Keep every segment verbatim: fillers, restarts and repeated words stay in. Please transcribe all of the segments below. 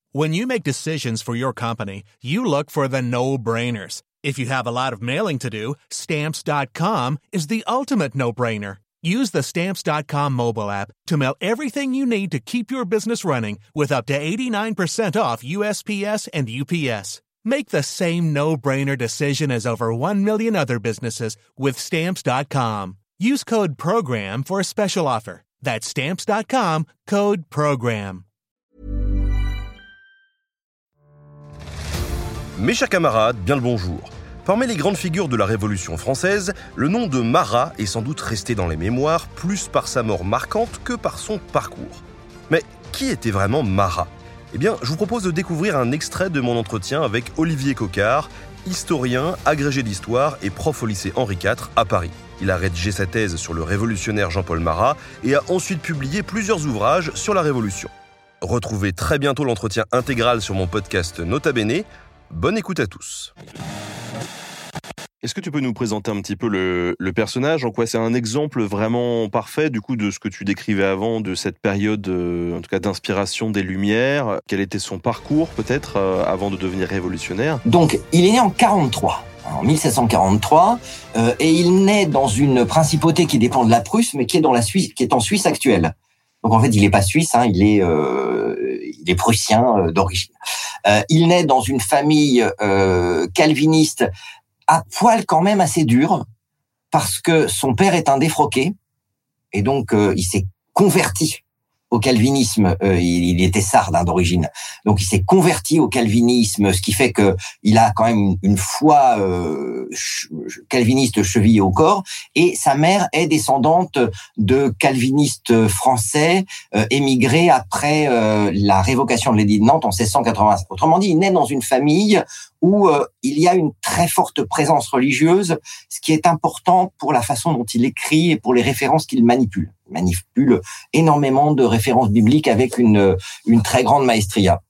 When you make decisions for your company, you look for the no-brainers. If you have a lot of mailing to do, Stamps dot com is the ultimate no-brainer. Use the Stamps dot com mobile app to mail everything you need to keep your business running with up to eighty-nine percent off U S P S and U P S. Make the same no-brainer decision as over one million other businesses with Stamps dot com. Use code PROGRAM for a special offer. That's Stamps dot com, code PROGRAM. Mes chers camarades, bien le bonjour. Parmi les grandes figures de la Révolution française, le nom de Marat est sans doute resté dans les mémoires plus par sa mort marquante que par son parcours. Mais qui était vraiment Marat ? Eh bien, je vous propose de découvrir un extrait de mon entretien avec Olivier Coquard, historien, agrégé d'histoire et prof au lycée Henri quatre à Paris. Il a rédigé sa thèse sur le révolutionnaire Jean-Paul Marat et a ensuite publié plusieurs ouvrages sur la Révolution. Retrouvez très bientôt l'entretien intégral sur mon podcast Nota Bene. Bonne écoute à tous. Est-ce que tu peux nous présenter un petit peu le, le personnage ? En quoi c'est un exemple vraiment parfait du coup de ce que tu décrivais avant, de cette période, euh, en tout cas d'inspiration des Lumières. Quel était son parcours peut-être euh, avant de devenir révolutionnaire ? Donc, il est né en quarante-trois, en mille sept cent quarante-trois, euh, et il naît dans une principauté qui dépend de la Prusse, mais qui est dans la Suisse, qui est en Suisse actuelle. Donc en fait, il est pas suisse, hein, il est, euh, il est prussien euh, d'origine. Euh, il naît dans une famille euh, calviniste à poil quand même assez dur, parce que son père est un défroqué, et donc euh, il s'est converti au calvinisme. Euh, il, il était sarde hein, d'origine, donc il s'est converti au calvinisme, ce qui fait que il a quand même une, une foi euh, ch- calviniste chevillée au corps. Et sa mère est descendante de calvinistes français euh, émigrés après euh, la révocation de l'édit de Nantes en seize cent quatre-vingt-cinq. Autrement dit, il naît dans une famille où euh, il y a une très forte présence religieuse, ce qui est important pour la façon dont il écrit et pour les références qu'il manipule. Il manipule énormément de références bibliques avec une, une très grande maestria.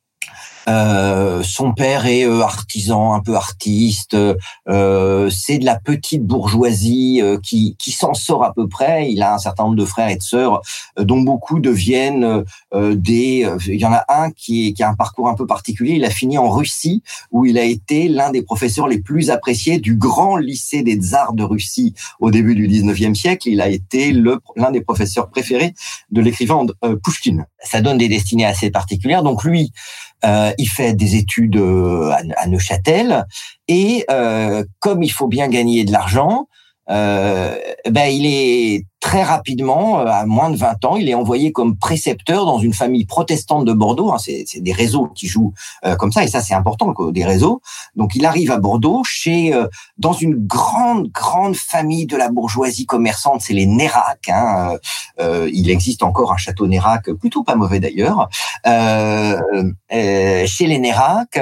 Euh, son père est euh, artisan, un peu artiste. Euh, c'est de la petite bourgeoisie euh, qui, qui s'en sort à peu près. Il a un certain nombre de frères et de sœurs, euh, dont beaucoup deviennent euh, des. Euh, il y en a un qui, est, qui a un parcours un peu particulier. Il a fini en Russie, où il a été l'un des professeurs les plus appréciés du grand lycée des tsars de Russie au début du dix-neuvième siècle. Il a été le, l'un des professeurs préférés de l'écrivain euh, Pouchkine. Ça donne des destinées assez particulières. Donc lui. Euh, il fait des études euh, à, à Neuchâtel et euh, comme il faut bien gagner de l'argent, euh, ben il est très rapidement, à moins de vingt ans, il est envoyé comme précepteur dans une famille protestante de Bordeaux. Hein, c'est, c'est des réseaux qui jouent euh, comme ça, et ça c'est important, quoi, des réseaux. Donc il arrive à Bordeaux chez euh, dans une grande grande famille de la bourgeoisie commerçante, c'est les Nérac. Hein, euh, il existe encore un château Nérac, plutôt pas mauvais d'ailleurs, euh, euh, chez les Nérac.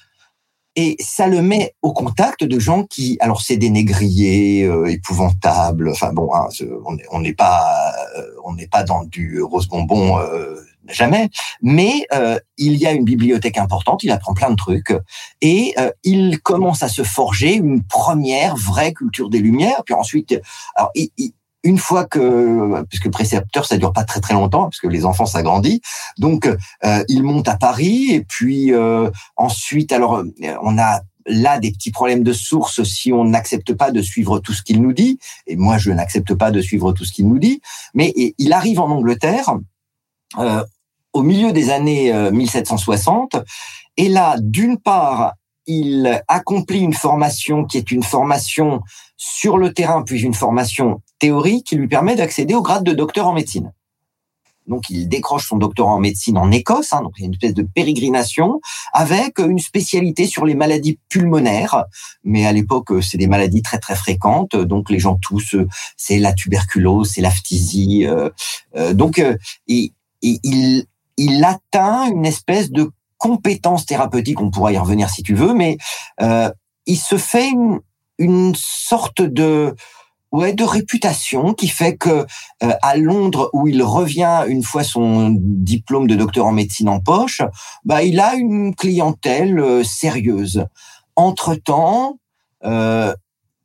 Et ça le met au contact de gens qui, alors c'est des négriers euh, épouvantables. Enfin bon, hein, on n'est pas, euh, on n'est pas dans du rose bonbon euh, jamais. Mais euh, il y a une bibliothèque importante. Il apprend plein de trucs et euh, il commence à se forger une première vraie culture des Lumières. Puis ensuite, alors il, il Une fois que, puisque précepteur, ça dure pas très très longtemps, parce que les enfants s'agrandissent, donc euh, il monte à Paris, et puis euh, ensuite, alors on a là des petits problèmes de source si on n'accepte pas de suivre tout ce qu'il nous dit, et moi je n'accepte pas de suivre tout ce qu'il nous dit, mais il arrive en Angleterre euh, au milieu des années euh, mille sept cent soixante, et là, d'une part, il accomplit une formation qui est une formation sur le terrain, puis une formation théorique qui lui permet d'accéder au grade de docteur en médecine. Donc, il décroche son doctorat en médecine en Écosse, hein, donc il y a une espèce de pérégrination avec une spécialité sur les maladies pulmonaires. Mais à l'époque, c'est des maladies très très fréquentes, donc les gens tous, c'est la tuberculose, c'est la phtisie. Euh, euh, donc, euh, il, il, il atteint une espèce de compétence thérapeutique, on pourra y revenir si tu veux, mais euh, il se fait une, une sorte de ouais de réputation qui fait que euh, à Londres, où il revient une fois son diplôme de docteur en médecine en poche, bah il a une clientèle euh, sérieuse. Entre-temps, euh,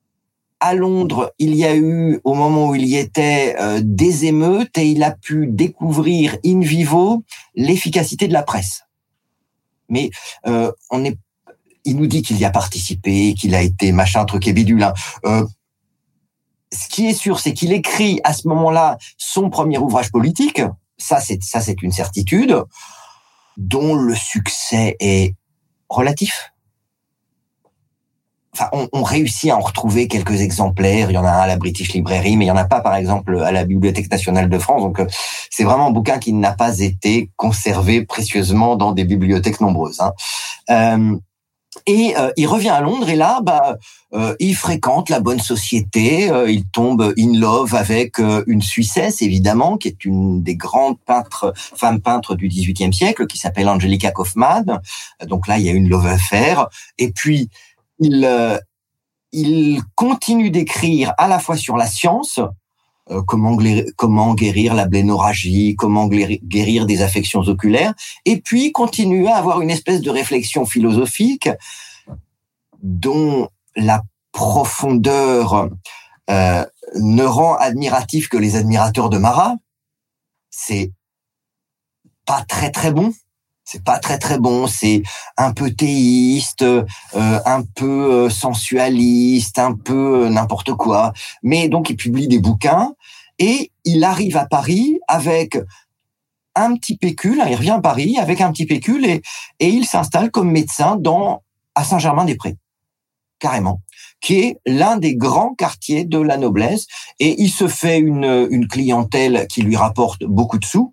à Londres, il y a eu, au moment où il y était, euh, des émeutes, et il a pu découvrir in vivo l'efficacité de la presse. Mais euh, on est, il nous dit qu'il y a participé, qu'il a été machin, truc et bidule. Hein. Euh, ce qui est sûr, c'est qu'il écrit à ce moment-là son premier ouvrage politique. Ça, c'est ça, c'est une certitude, dont le succès est relatif. Enfin, on, on réussit à en retrouver quelques exemplaires. Il y en a un à la British Library, mais il y en a pas, par exemple, à la Bibliothèque nationale de France. Donc, c'est vraiment un bouquin qui n'a pas été conservé précieusement dans des bibliothèques nombreuses. Hein. Euh, et euh, il revient à Londres et là, bah, euh, il fréquente la bonne société. Euh, il tombe in love avec euh, une Suissesse, évidemment, qui est une des grandes peintres, femmes peintres du dix-huitième siècle, qui s'appelle Angelica Kauffmann. Donc là, il y a une love affair. Et puis Il, euh, il continue d'écrire à la fois sur la science, euh, comment, guérir, comment guérir la blénorragie, comment guérir des affections oculaires, et puis continue à avoir une espèce de réflexion philosophique dont la profondeur euh, ne rend admiratif que les admirateurs de Marat. C'est pas très très bon. C'est pas très très bon, c'est un peu théiste, euh, un peu euh, sensualiste, un peu euh, n'importe quoi. Mais donc il publie des bouquins et il arrive à Paris avec un petit pécule, il revient à Paris avec un petit pécule et, et il s'installe comme médecin dans à Saint-Germain-des-Prés, carrément, qui est l'un des grands quartiers de la noblesse et il se fait une, une clientèle qui lui rapporte beaucoup de sous.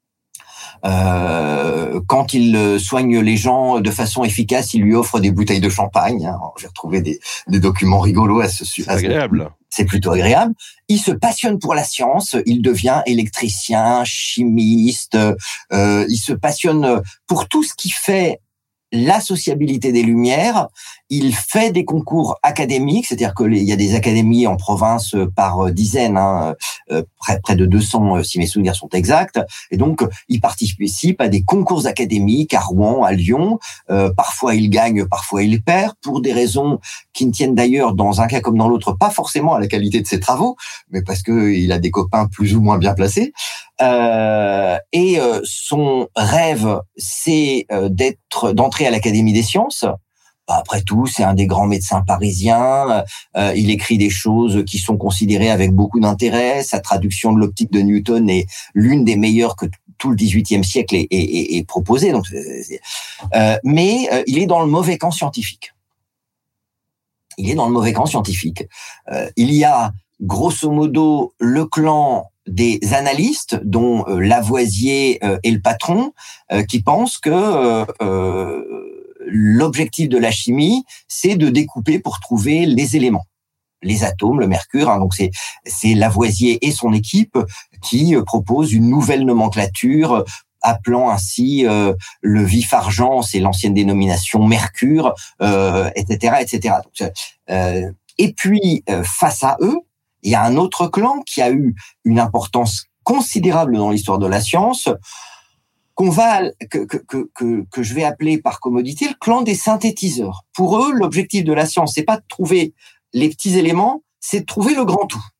Euh, quand il soigne les gens de façon efficace, il lui offre des bouteilles de champagne. Hein. J'ai retrouvé des, des documents rigolos à ce sujet. C'est agréable. C'est plutôt agréable. Il se passionne pour la science. Il devient électricien, chimiste. Euh, il se passionne pour tout ce qui fait la sociabilité des Lumières. Il fait des concours académiques, c'est-à-dire que les, il y a des académies en province par dizaines, hein, euh, près, près de deux cents si mes souvenirs sont exacts. Et donc, il participe à des concours académiques à Rouen, à Lyon. Euh, parfois, il gagne, parfois, il perd, pour des raisons qui ne tiennent d'ailleurs, dans un cas comme dans l'autre, pas forcément à la qualité de ses travaux, mais parce que il a des copains plus ou moins bien placés. Euh, et euh, son rêve, c'est euh, d'être, d'entrer à l'Académie des sciences. Après tout, c'est un des grands médecins parisiens. Euh, il écrit des choses qui sont considérées avec beaucoup d'intérêt. Sa traduction de l'optique de Newton est l'une des meilleures que tout le dix-huitième siècle est, est, est, est proposée. Donc, c'est, euh, mais euh, il est dans le mauvais camp scientifique. Il est dans le mauvais camp scientifique. Euh, il y a grosso modo le clan des analystes, dont euh, Lavoisier euh, est le patron, euh, qui pensent que euh, euh, l'objectif de la chimie, c'est de découper pour trouver les éléments, les atomes, le mercure. Hein, donc c'est c'est Lavoisier et son équipe qui euh, proposent une nouvelle nomenclature, appelant ainsi euh, le vif argent, c'est l'ancienne dénomination mercure, euh, et cetera, et cetera. Donc, euh, et puis euh, face à eux, il y a un autre clan qui a eu une importance considérable dans l'histoire de la science, qu'on va que, que que que je vais appeler par commodité le clan des synthétiseurs. Pour eux, l'objectif de la science, c'est pas de trouver les petits éléments, c'est de trouver le grand tout.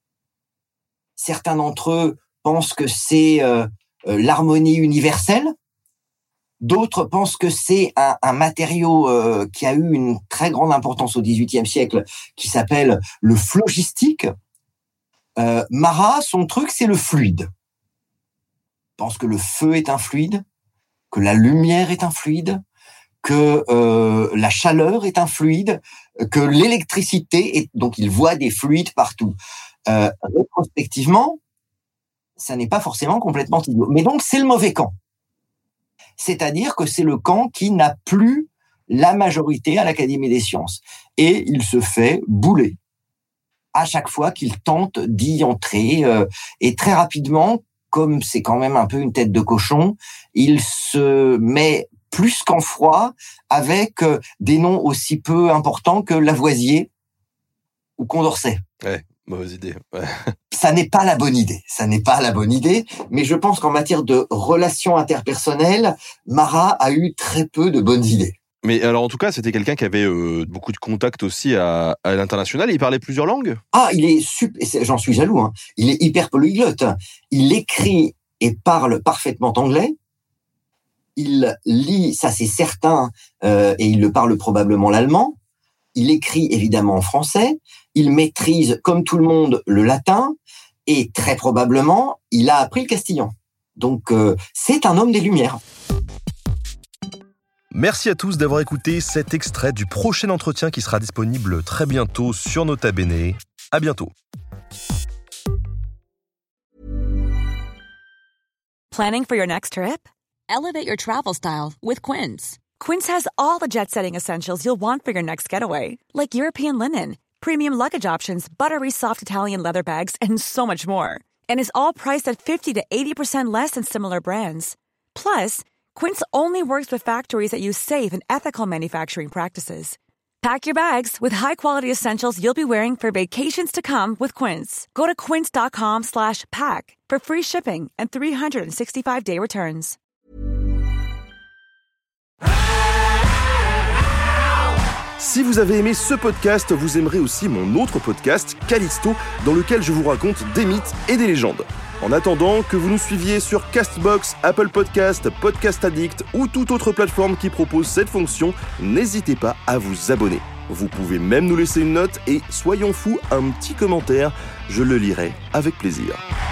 Certains d'entre eux pensent que c'est euh, l'harmonie universelle. D'autres pensent que c'est un, un matériau euh, qui a eu une très grande importance au dix-huitième siècle, qui s'appelle le phlogistique. Euh, Marat, son truc, c'est le fluide. Il pense que le feu est un fluide, que la lumière est un fluide, que euh, la chaleur est un fluide, que l'électricité est... Donc, il voit des fluides partout. Euh, rétrospectivement, ça n'est pas forcément complètement idiot. Mais donc, c'est le mauvais camp. C'est-à-dire que c'est le camp qui n'a plus la majorité à l'Académie des sciences. Et il se fait bouler à chaque fois qu'il tente d'y entrer. Euh, et très rapidement, comme c'est quand même un peu une tête de cochon, il se met plus qu'en froid avec euh, des noms aussi peu importants que Lavoisier ou Condorcet. Ouais. Mauvaise idée. Ouais. Ça n'est pas la bonne idée. Ça n'est pas la bonne idée. Mais je pense qu'en matière de relations interpersonnelles, Marat a eu très peu de bonnes idées. Mais alors, en tout cas, c'était quelqu'un qui avait euh, beaucoup de contacts aussi à, à l'international. Il parlait plusieurs langues. Ah, il est super. J'en suis jaloux. Hein. Il est hyper polyglotte. Il écrit et parle parfaitement anglais. il lit, ça c'est certain, euh, et il le parle probablement l'allemand. Il écrit évidemment en français. Il maîtrise, comme tout le monde, le latin. Et très probablement, il a appris le castillan. Donc, euh, c'est un homme des Lumières. Merci à tous d'avoir écouté cet extrait du prochain entretien qui sera disponible très bientôt sur Nota Bene. À bientôt. Planning for your next trip? Elevate your travel style with Quince. Quince has all the jet-setting essentials you'll want for your next getaway, like European linen, premium luggage options, buttery soft Italian leather bags, and so much more. And is all priced at fifty to eighty percent less than similar brands. Plus, Quince only works with factories that use safe and ethical manufacturing practices. Pack your bags with high-quality essentials you'll be wearing for vacations to come with Quince. Go to quince.com slash pack for free shipping and three sixty-five day returns. Si vous avez aimé ce podcast, vous aimerez aussi mon autre podcast, Callisto, dans lequel je vous raconte des mythes et des légendes. En attendant, que vous nous suiviez sur Castbox, Apple Podcast, Podcast Addict ou toute autre plateforme qui propose cette fonction, n'hésitez pas à vous abonner. Vous pouvez même nous laisser une note et, soyons fous, un petit commentaire, je le lirai avec plaisir.